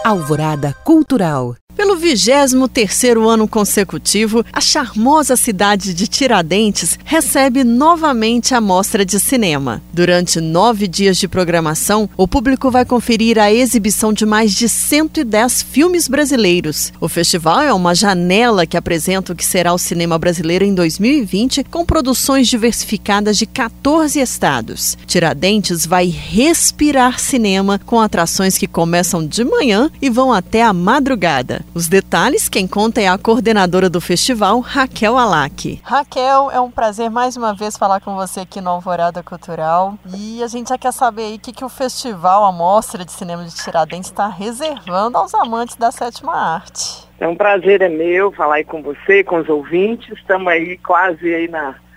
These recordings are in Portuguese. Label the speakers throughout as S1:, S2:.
S1: Alvorada Cultural. Pelo 23º ano consecutivo, a charmosa cidade de Tiradentes recebe novamente a Mostra de Cinema. Durante 9 dias de programação, o público vai conferir a exibição de mais de 110 filmes brasileiros. O festival é uma janela que apresenta o que será o cinema brasileiro em 2020, com produções diversificadas de 14 estados. Tiradentes vai respirar cinema com atrações que começam de manhã e vão até a madrugada. Os detalhes, quem conta é a coordenadora do festival, Raquel Alac. Raquel, é um prazer mais uma vez falar com você aqui no Alvorada Cultural. E a gente já quer saber aí o que o festival, a Mostra de Cinema de Tiradentes, está reservando aos amantes da sétima arte.
S2: É um prazer, é meu, falar aí com você, com os ouvintes. Estamos aí quase aí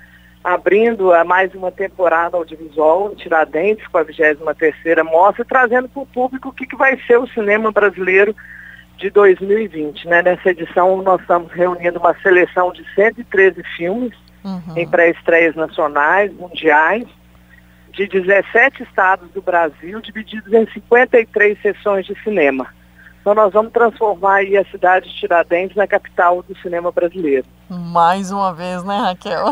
S2: abrindo a mais uma temporada audiovisual em Tiradentes, com a 23ª Mostra, trazendo para o público o que vai ser o cinema brasileiro de 2020, né? Nessa edição nós estamos reunindo uma seleção de 113 filmes em pré-estreias nacionais, mundiais, de 17 estados do Brasil, divididos em 53 sessões de cinema. Então nós vamos transformar aí a cidade de Tiradentes na capital do cinema brasileiro.
S1: Mais uma vez, né, Raquel?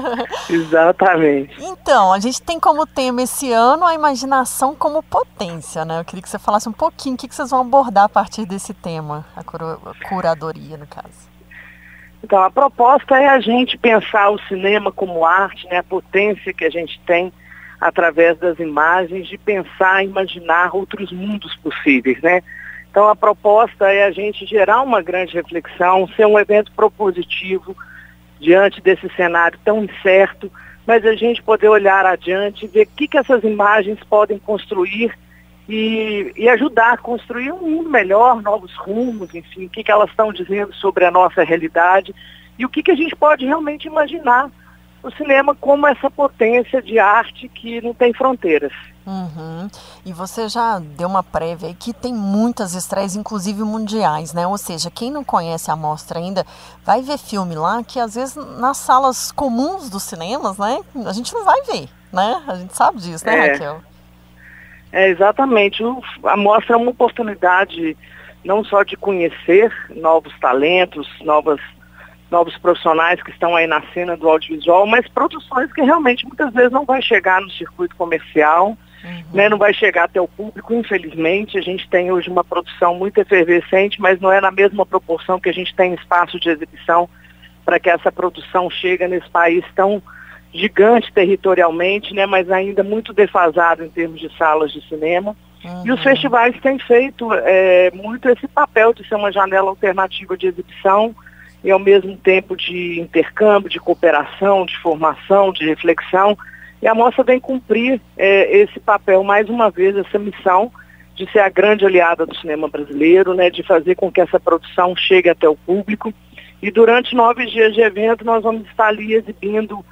S2: Exatamente.
S1: Então, a gente tem como tema esse ano a imaginação como potência, né? Eu queria que você falasse um pouquinho o que vocês vão abordar a partir desse tema, a curadoria, no caso.
S2: Então, a proposta é a gente pensar o cinema como arte, né? A potência que a gente tem através das imagens, de pensar, imaginar outros mundos possíveis, né? Então a proposta é a gente gerar uma grande reflexão, ser um evento propositivo diante desse cenário tão incerto, mas a gente poder olhar adiante e ver o que essas imagens podem construir e ajudar a construir um mundo melhor, novos rumos, enfim, o que elas estão dizendo sobre a nossa realidade e o que a gente pode realmente imaginar o cinema como essa potência de arte que não tem fronteiras.
S1: E você já deu uma prévia aí que tem muitas estreias, inclusive mundiais, né? Ou seja, quem não conhece a mostra ainda vai ver filme lá que às vezes nas salas comuns dos cinemas, né? A gente não vai ver, né? A gente sabe disso, né, Raquel?
S2: Exatamente. A mostra é uma oportunidade não só de conhecer novos talentos, novos profissionais que estão aí na cena do audiovisual, mas produções que realmente muitas vezes não vai chegar no circuito comercial, né, não vai chegar até o público, infelizmente. A gente tem hoje uma produção muito efervescente, mas não é na mesma proporção que a gente tem espaço de exibição para que essa produção chegue nesse país tão gigante territorialmente, né, mas ainda muito defasado em termos de salas de cinema. E os festivais têm feito muito esse papel de ser uma janela alternativa de exibição e ao mesmo tempo de intercâmbio, de cooperação, de formação, de reflexão. E a mostra vem cumprir esse papel, mais uma vez, essa missão de ser a grande aliada do cinema brasileiro, né, de fazer com que essa produção chegue até o público. E durante 9 dias de evento nós vamos estar ali exibindo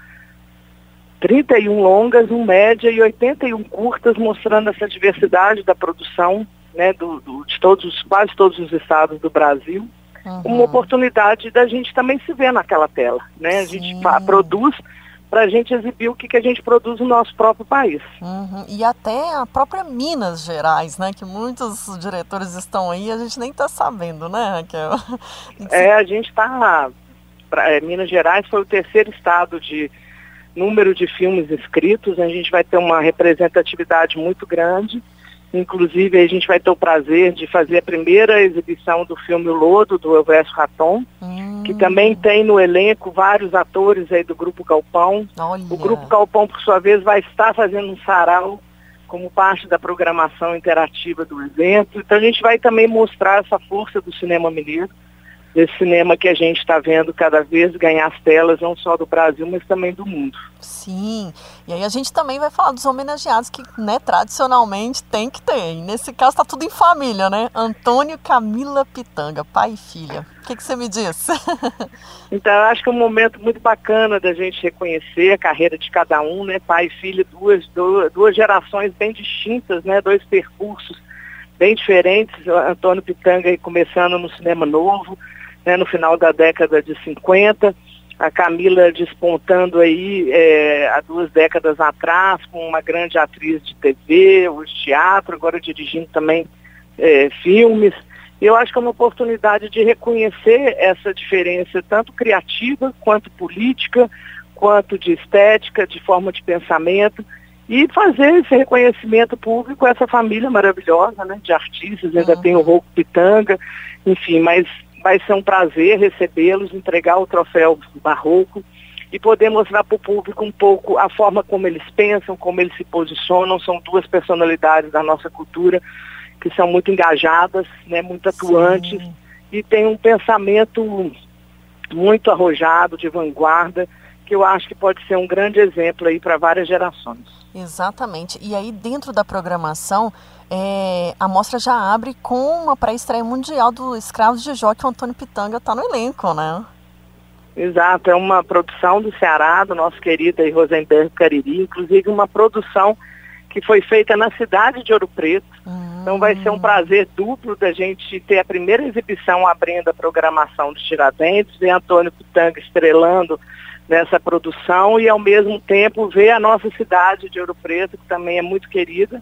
S2: 31 longas, 1 média e 81 curtas, mostrando essa diversidade da produção, né, de quase todos os estados do Brasil. Uma oportunidade da gente também se ver naquela tela, né? A gente produz para a gente exibir o que a gente produz no nosso próprio país.
S1: E até a própria Minas Gerais, né? Que muitos diretores estão aí e a gente nem está sabendo, né, Raquel?
S2: A gente está... Minas Gerais foi o 3º estado de número de filmes inscritos. A gente vai ter uma representatividade muito grande. Inclusive, a gente vai ter o prazer de fazer a primeira exibição do filme O Lodo, do Elvésio Raton, que também tem no elenco vários atores aí do Grupo Galpão.
S1: Olha.
S2: O Grupo Galpão, por sua vez, vai estar fazendo um sarau como parte da programação interativa do evento. Então, a gente vai também mostrar essa força do cinema mineiro, desse cinema que a gente está vendo cada vez ganhar as telas, não só do Brasil, mas também do mundo.
S1: Sim, e aí a gente também vai falar dos homenageados que, né, tradicionalmente tem que ter. E nesse caso está tudo em família, né? Antônio e Camila Pitanga, pai e filha. O que você me diz?
S2: Então, eu acho que é um momento muito bacana da gente reconhecer a carreira de cada um, né? Pai e filha, duas gerações bem distintas, né? 2 percursos bem diferentes. O Antônio Pitanga aí começando no cinema novo, né, no final da década de 50, a Camila despontando aí há 2 décadas atrás, com uma grande atriz de TV, o teatro, agora dirigindo também filmes. Eu acho que é uma oportunidade de reconhecer essa diferença, tanto criativa, quanto política, quanto de estética, de forma de pensamento, e fazer esse reconhecimento público a essa família maravilhosa, né, de artistas. Ainda tem o Rocco Pitanga, enfim, mas vai ser um prazer recebê-los, entregar o troféu Barroco e poder mostrar para o público um pouco a forma como eles pensam, como eles se posicionam. São duas personalidades da nossa cultura que são muito engajadas, né, muito atuantes. Sim. E têm um pensamento muito arrojado, de vanguarda, que eu acho que pode ser um grande exemplo aí para várias gerações.
S1: Exatamente. E aí, dentro da programação, a mostra já abre com uma pré-estreia mundial do Escravos de Jó, que o Antônio Pitanga está no elenco, né?
S2: Exato, é uma produção do Ceará, do nosso querido aí Rosenberg Cariri, inclusive uma produção que foi feita na cidade de Ouro Preto. Então vai ser um prazer duplo da gente ter a primeira exibição abrindo a programação dos Tiradentes, ver Antônio Pitanga estrelando nessa produção e ao mesmo tempo ver a nossa cidade de Ouro Preto, que também é muito querida,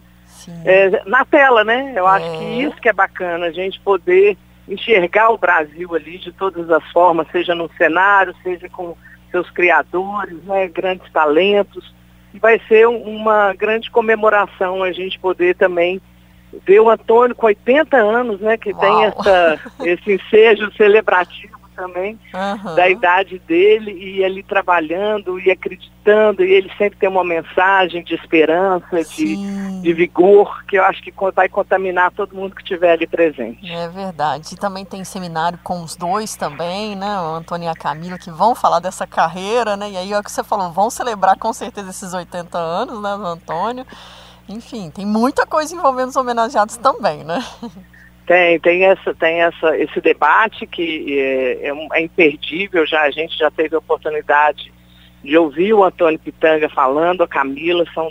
S2: na tela, né? Eu acho que isso que é bacana, a gente poder enxergar o Brasil ali de todas as formas, seja no cenário, seja com seus criadores, né, grandes talentos. E vai ser uma grande comemoração a gente poder também ver o Antônio com 80 anos, né, que tem esse ensejo celebrativo também da idade dele, e ele trabalhando e acreditando, e ele sempre tem uma mensagem de esperança, de vigor, que eu acho que vai contaminar todo mundo que estiver ali presente.
S1: É verdade. E também tem seminário com os dois também, né, o Antônio e a Camila, que vão falar dessa carreira, né, e aí é o que você falou, vão celebrar com certeza esses 80 anos, né, do Antônio. Enfim, tem muita coisa envolvendo os homenageados também, né?
S2: Tem esse debate que é imperdível. A gente já teve a oportunidade de ouvir o Antônio Pitanga falando, a Camila, são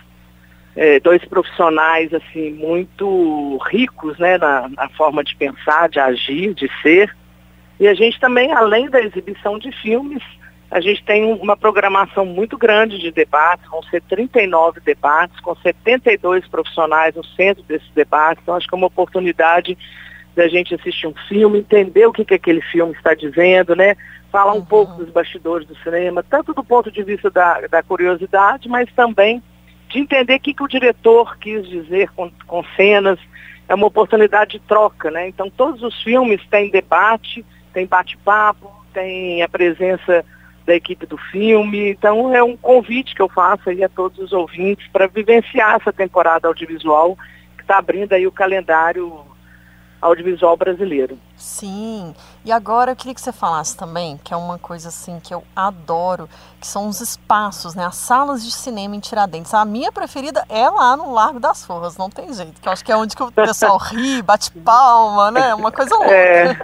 S2: dois profissionais assim, muito ricos, né, na forma de pensar, de agir, de ser. E a gente também, além da exibição de filmes, a gente tem uma programação muito grande de debates, vão ser 39 debates, com 72 profissionais no centro desses debates. Então, acho que é uma oportunidade da gente assistir um filme, entender o que aquele filme está dizendo, né? Falar um pouco dos bastidores do cinema, tanto do ponto de vista da curiosidade, mas também de entender o que o diretor quis dizer com cenas. É uma oportunidade de troca, né? Então, todos os filmes têm debate, tem bate-papo, tem a presença da equipe do filme. Então é um convite que eu faço aí a todos os ouvintes para vivenciar essa temporada audiovisual que está abrindo aí o calendário audiovisual brasileiro.
S1: Sim, e agora eu queria que você falasse também, que é uma coisa assim que eu adoro, que são os espaços, né, as salas de cinema em Tiradentes. A minha preferida é lá no Largo das Forras, não tem jeito, que eu acho que é onde que o pessoal ri, bate palma, né, uma coisa louca.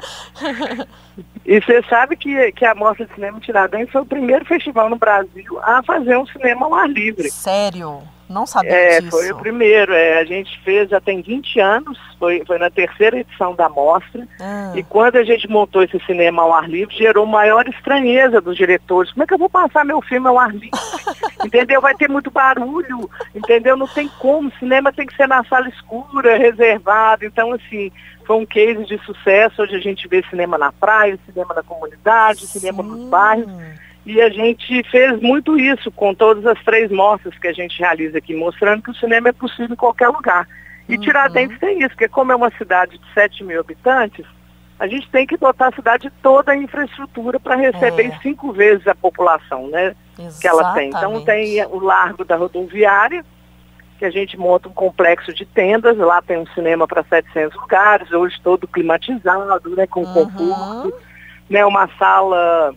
S2: E você sabe que a Mostra de Cinema em Tiradentes foi o primeiro festival no Brasil a fazer um cinema ao ar livre.
S1: Sério? Não sabia disso.
S2: Foi o primeiro. A gente fez, já tem 20 anos, foi na terceira edição da Mostra. E quando a gente montou esse cinema ao ar livre, gerou maior estranheza dos diretores. Como é que eu vou passar meu filme ao ar livre? Entendeu? Vai ter muito barulho, entendeu? Não tem como. O cinema tem que ser na sala escura, reservado. Então, assim, foi um case de sucesso, onde a gente vê cinema na praia, cinema na comunidade, cinema nos bairros. E a gente fez muito isso com todas as 3 mostras que a gente realiza aqui, mostrando que o cinema é possível em qualquer lugar. E Tiradentes tem isso, porque como é uma cidade de 7 mil habitantes, a gente tem que dotar a cidade toda a infraestrutura para receber 5 vezes a população, né, que ela tem. Então tem o Largo da Rodoviária, que a gente monta um complexo de tendas, lá tem um cinema para 700 lugares, hoje todo climatizado, né, com conforto, né, uma sala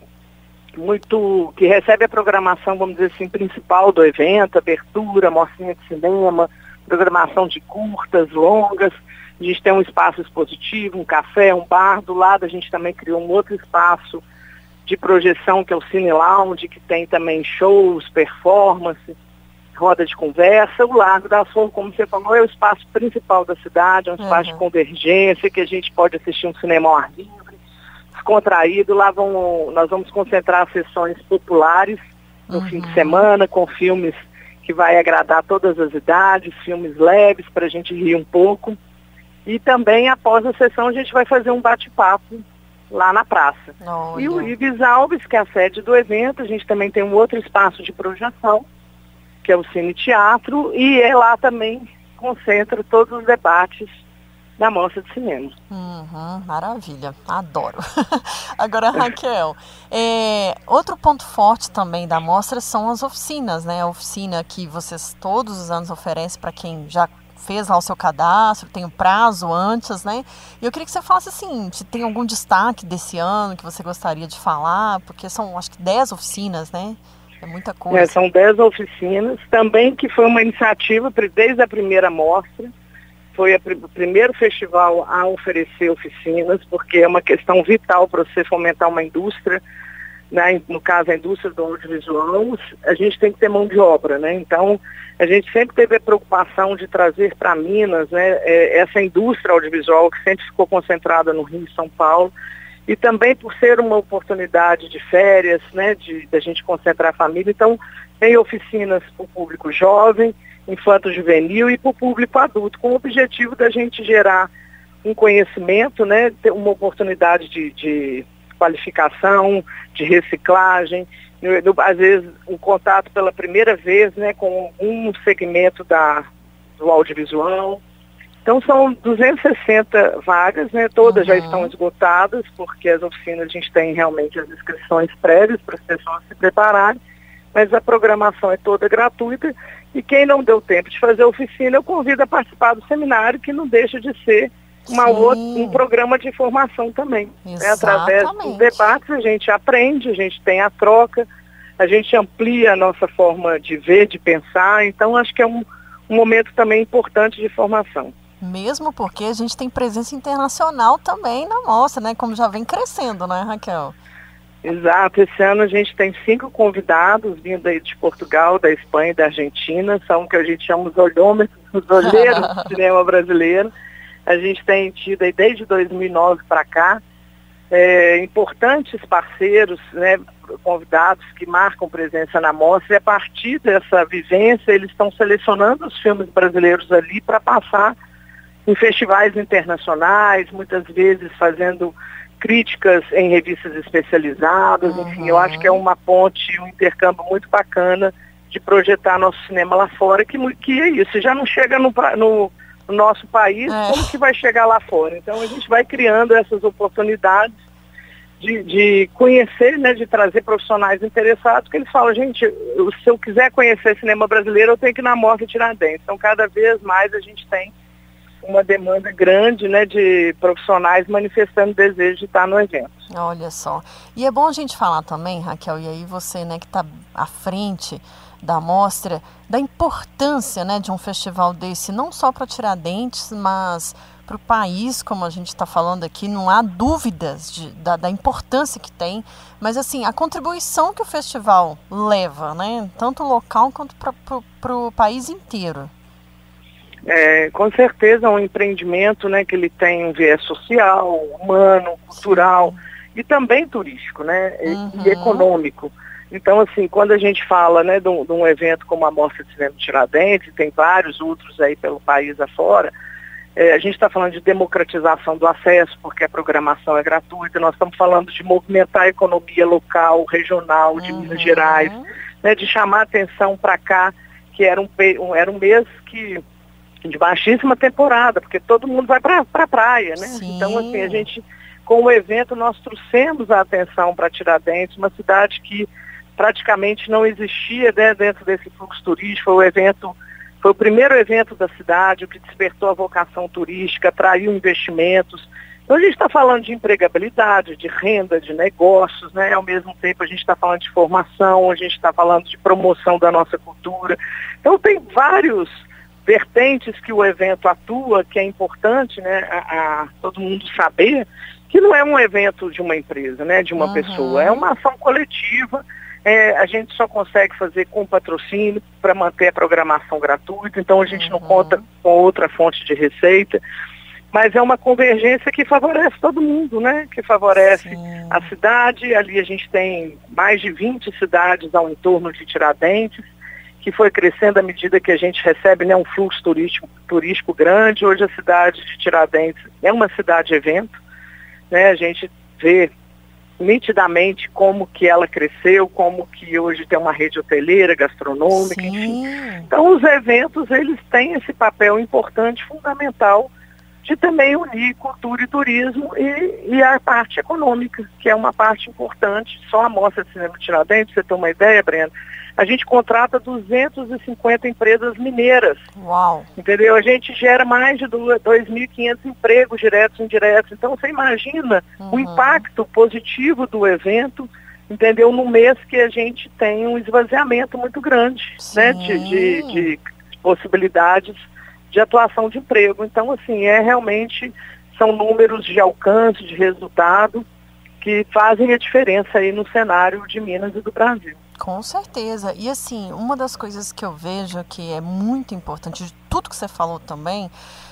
S2: que recebe a programação, vamos dizer assim, principal do evento, abertura, mostrinha de cinema, programação de curtas, longas. A gente tem um espaço expositivo, um café, um bar. Do lado a gente também criou um outro espaço de projeção, que é o Cine Lounge, que tem também shows, performance, roda de conversa. O Largo da Forra, como você falou, é o espaço principal da cidade, é um espaço de convergência, que a gente pode assistir um cinema ao ar livre, descontraído. Lá nós vamos concentrar sessões populares no fim de semana, com filmes que vai agradar todas as idades, filmes leves para a gente rir um pouco. E também, após a sessão, a gente vai fazer um bate-papo lá na praça.
S1: Olha.
S2: E o Ibis Alves, que é a sede do evento, a gente também tem um outro espaço de projeção, que é o Cine Teatro, e lá também concentra todos os debates da Mostra de Cinema.
S1: Maravilha, adoro. Agora, Raquel, outro ponto forte também da mostra são as oficinas, né? A oficina que vocês todos os anos oferecem para quem já fez lá o seu cadastro, tem um prazo antes, né? E eu queria que você falasse assim, se tem algum destaque desse ano que você gostaria de falar, porque são, acho que 10 oficinas, né? É muita coisa.
S2: São 10 oficinas, também que foi uma iniciativa desde a primeira mostra, foi o primeiro festival a oferecer oficinas, porque é uma questão vital para você fomentar uma indústria, né? No caso a indústria do audiovisual, a gente tem que ter mão de obra, né? Então, a gente sempre teve a preocupação de trazer para Minas, né, essa indústria audiovisual que sempre ficou concentrada no Rio e São Paulo, e também por ser uma oportunidade de férias, né, da gente concentrar a família. Então, tem oficinas para o público jovem, infanto-juvenil e para o público adulto, com o objetivo da gente gerar um conhecimento, né, ter uma oportunidade de qualificação, de reciclagem, às vezes um contato pela primeira vez, né, com um segmento do audiovisual. Então são 260 vagas, né, todas já estão esgotadas, porque as oficinas a gente tem realmente as inscrições prévias para as pessoas se prepararem, mas a programação é toda gratuita e quem não deu tempo de fazer a oficina, eu convido a participar do seminário, que não deixa de ser um programa de formação também. Né? Através dos debates a gente aprende, a gente tem a troca, a gente amplia a nossa forma de ver, de pensar, então acho que é um momento também importante de formação.
S1: Mesmo porque a gente tem presença internacional também na mostra, né? Como já vem crescendo, né, Raquel?
S2: Exato, esse ano a gente tem 5 convidados vindo aí de Portugal, da Espanha e da Argentina, são o que a gente chama os olheiros do cinema brasileiro. A gente tem tido aí desde 2009 para cá importantes parceiros, né, convidados que marcam presença na mostra, e a partir dessa vivência eles estão selecionando os filmes brasileiros ali para passar em festivais internacionais, muitas vezes fazendo críticas em revistas especializadas, enfim, eu acho que é uma ponte, um intercâmbio muito bacana de projetar nosso cinema lá fora, que é isso, já não chega no nosso país, como que vai chegar lá fora? Então a gente vai criando essas oportunidades de conhecer, né, de trazer profissionais interessados, porque eles falam, gente, se eu quiser conhecer cinema brasileiro, eu tenho que ir na Mostra Tiradentes. Então cada vez mais a gente tem uma demanda grande, né, de profissionais manifestando desejo de estar no evento.
S1: Olha só. E é bom a gente falar também, Raquel, e aí você, né, que está à frente da mostra, da importância, né, de um festival desse, não só para Tiradentes, mas para o país, como a gente está falando aqui, não há dúvidas da importância que tem, mas assim, a contribuição que o festival leva, né, tanto local quanto para o país inteiro.
S2: Com certeza é um empreendimento, né, que ele tem um viés social, humano, cultural e também turístico, né, e econômico. Então, assim, quando a gente fala, né, de um evento como a Mostra de Cinema de Tiradentes, tem vários outros aí pelo país afora, a gente está falando de democratização do acesso, porque a programação é gratuita, nós estamos falando de movimentar a economia local, regional, de Minas Gerais, né, de chamar atenção para cá, que era um mês de baixíssima temporada, porque todo mundo vai para a praia, né? Sim. Então, assim, a gente, com o evento, nós trouxemos a atenção para Tiradentes, uma cidade que praticamente não existia, né, dentro desse fluxo turístico. Foi o primeiro evento da cidade, o que despertou a vocação turística, atraiu investimentos. Então a gente está falando de empregabilidade, de renda, de negócios, né? Ao mesmo tempo a gente está falando de formação, a gente está falando de promoção da nossa cultura. Então tem vários vertentes que o evento atua, que é importante, né, a todo mundo saber que não é um evento de uma empresa, né, de uma pessoa, é uma ação coletiva. A gente só consegue fazer com patrocínio para manter a programação gratuita, então a gente não conta com outra fonte de receita, mas é uma convergência que favorece todo mundo, né? Que favorece a cidade. Ali a gente tem mais de 20 cidades ao entorno de Tiradentes, que foi crescendo à medida que a gente recebe, né, um fluxo turístico grande. Hoje a cidade de Tiradentes é uma cidade-evento, né? A gente vê nitidamente como que ela cresceu, como que hoje tem uma rede hoteleira, gastronômica, enfim. Então os eventos, eles têm esse papel importante, fundamental, de também unir cultura e turismo e a parte econômica, que é uma parte importante. Só a Mostra de Cinema de Tiradentes, pra você ter uma ideia, Brenda, a gente contrata 250 empresas mineiras.
S1: Uau!
S2: Entendeu? A gente gera mais de 2.500 empregos diretos e indiretos. Então, você imagina o impacto positivo do evento, entendeu? No mês que a gente tem um esvaziamento muito grande, né? De possibilidades de atuação de emprego. Então, assim, realmente são números de alcance, de resultado, que fazem a diferença aí no cenário de Minas e do Brasil.
S1: Com certeza. E assim, uma das coisas que eu vejo que é muito importante, de tudo que você falou também,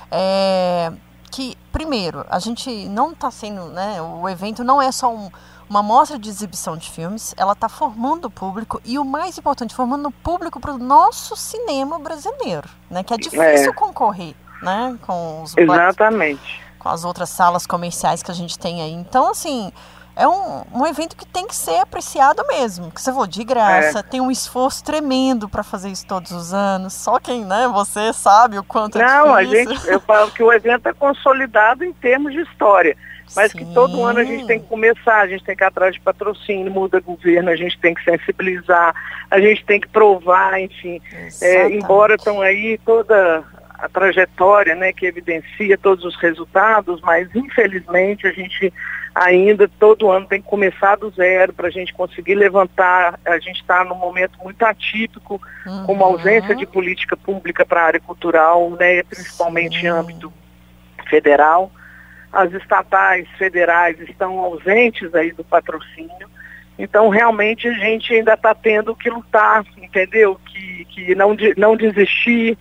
S1: é que, primeiro, a gente não está sendo, né, o evento não é só uma mostra de exibição de filmes, ela está formando o público e, o mais importante, formando o público para o nosso cinema brasileiro, né, que é difícil concorrer, né, com os
S2: Exatamente.
S1: Com as outras salas comerciais que a gente tem aí. Então, assim, é um evento que tem que ser apreciado mesmo, que você falou, de graça, tem um esforço tremendo para fazer isso todos os anos, só quem, né, você sabe o quanto é difícil.
S2: Eu falo que o evento é consolidado em termos de história, mas que todo ano a gente tem que começar, a gente tem que ir atrás de patrocínio, muda governo, a gente tem que sensibilizar, a gente tem que provar, enfim, embora estão aí toda a trajetória, né, que evidencia todos os resultados, mas infelizmente a gente ainda todo ano tem que começar do zero para a gente conseguir levantar. A gente está num momento muito atípico, com uma ausência de política pública para a área cultural, né, principalmente em âmbito federal. As estatais federais estão ausentes aí do patrocínio. Então, realmente, a gente ainda está tendo que lutar, entendeu? Que não desistir.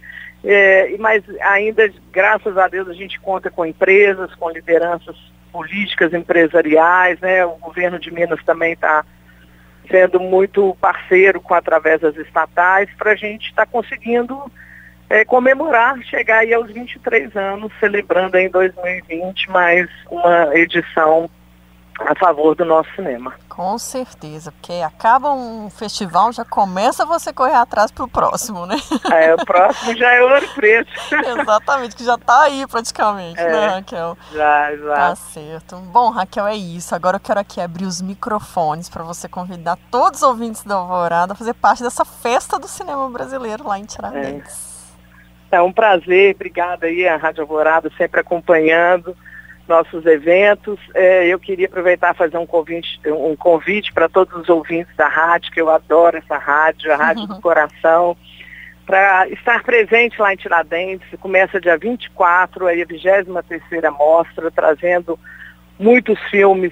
S2: Mas ainda, graças a Deus, a gente conta com empresas, com lideranças políticas, empresariais, né? O governo de Minas também está sendo muito parceiro através das estatais para a gente estar conseguindo comemorar, chegar aí aos 23 anos, celebrando aí em 2020 mais uma edição a favor do nosso cinema.
S1: Com certeza, porque acaba um festival, já começa você correr atrás para o próximo, né?
S2: O próximo já é Ouro Preto.
S1: Exatamente, que já está aí praticamente, né, Raquel?
S2: Já.
S1: Tá certo. Bom, Raquel, é isso. Agora eu quero aqui abrir os microfones para você convidar todos os ouvintes da Alvorada a fazer parte dessa festa do cinema brasileiro lá em Tiradentes.
S2: É um prazer, obrigada aí a Rádio Alvorada sempre acompanhando nossos eventos. Eu queria aproveitar e fazer um convite para todos os ouvintes da rádio, que eu adoro essa rádio, a Rádio do Coração, para estar presente lá em Tiradentes. Começa dia 24, aí a 23ª mostra, trazendo muitos filmes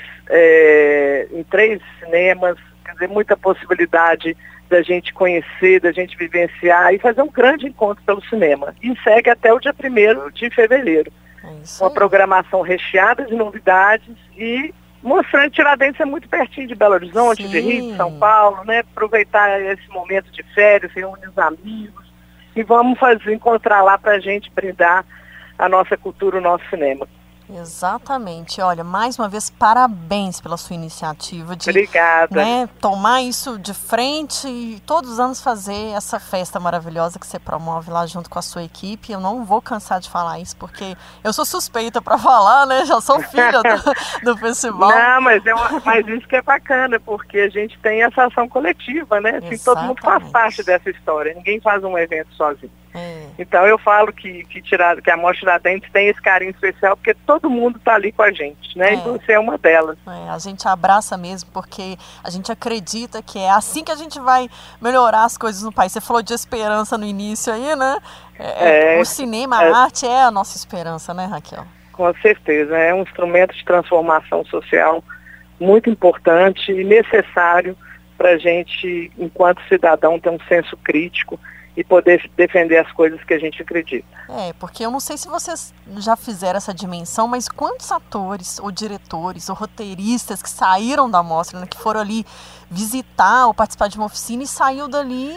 S2: em 3 cinemas, quer dizer, muita possibilidade da gente conhecer, da gente vivenciar e fazer um grande encontro pelo cinema. E segue até o dia 1º de fevereiro. Uma programação recheada de novidades e mostrando que Tiradentes é muito pertinho de Belo Horizonte, de Rio, de São Paulo, né? Aproveitar esse momento de férias, reunir os amigos e vamos encontrar lá para a gente brindar a nossa cultura, o nosso cinema.
S1: Exatamente. Olha, mais uma vez, parabéns pela sua iniciativa de tomar isso de frente e todos os anos fazer essa festa maravilhosa que você promove lá junto com a sua equipe. Eu não vou cansar de falar isso, porque eu sou suspeita para falar, né? Já sou filha do festival.
S2: Não, mas isso que é bacana, porque a gente tem essa ação coletiva, né? Assim, todo mundo faz parte dessa história. Ninguém faz um evento sozinho. Então eu falo que a Mostra Tiradentes tem esse carinho especial porque todo mundo está ali com a gente, né? E você é uma delas.
S1: A gente abraça mesmo porque a gente acredita que é assim que a gente vai melhorar as coisas no país. Você falou de esperança no início aí, né? O cinema, a arte é a nossa esperança, né, Raquel?
S2: Com certeza, é um instrumento de transformação social muito importante e necessário para a gente, enquanto cidadão, ter um senso crítico e poder defender as coisas que a gente acredita.
S1: Porque eu não sei se vocês já fizeram essa dimensão, mas quantos atores, ou diretores, ou roteiristas que saíram da mostra, né, que foram ali visitar ou participar de uma oficina e saiu dali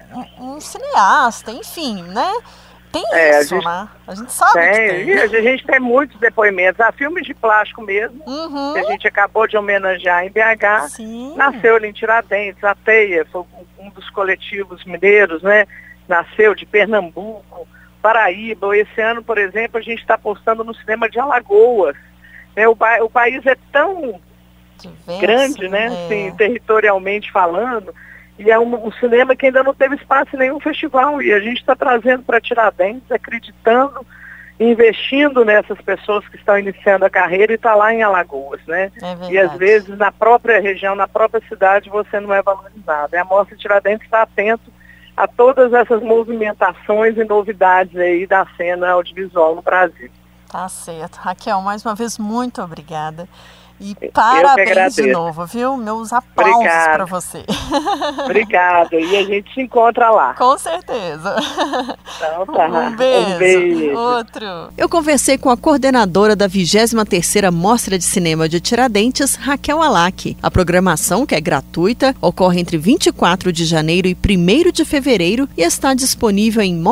S1: um cineasta, enfim, né? Tem isso, né? A gente sabe que tem.
S2: A gente tem muitos depoimentos. Há filmes de plástico mesmo, que a gente acabou de homenagear em BH.
S1: Sim.
S2: Nasceu ali em Tiradentes, a Teia, foi um dos coletivos mineiros, né? Nasceu de Pernambuco, Paraíba. Esse ano, por exemplo, a gente está apostando no cinema de Alagoas. O país é tão diverso, grande, né? Assim, territorialmente falando. E é um cinema que ainda não teve espaço em nenhum festival. E a gente está trazendo para Tiradentes, acreditando, investindo nessas pessoas que estão iniciando a carreira e está lá em Alagoas, né? E às vezes na própria região, na própria cidade, você não é valorizado. E a Mostra Tiradentes está atento a todas essas movimentações e novidades aí da cena audiovisual no Brasil.
S1: Tá certo. Raquel, mais uma vez, muito obrada. E parabéns de novo, viu? Meus aplausos para você.
S2: Obrigada. E a gente se encontra lá.
S1: Com certeza.
S2: Então tá.
S1: Um beijo. Outro. Eu conversei com a coordenadora da 23ª Mostra de Cinema de Tiradentes, Raquel Alac. A programação, que é gratuita, ocorre entre 24 de janeiro e 1º de fevereiro e está disponível em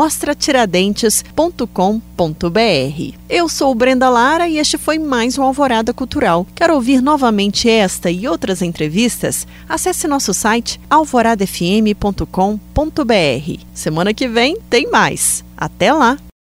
S1: mostratiradentes.com.br. Eu sou Brenda Lara e este foi mais um Alvorada Cultural. Quero ouvir novamente esta e outras entrevistas? Acesse nosso site alvoradafm.com.br. Semana que vem tem mais. Até lá!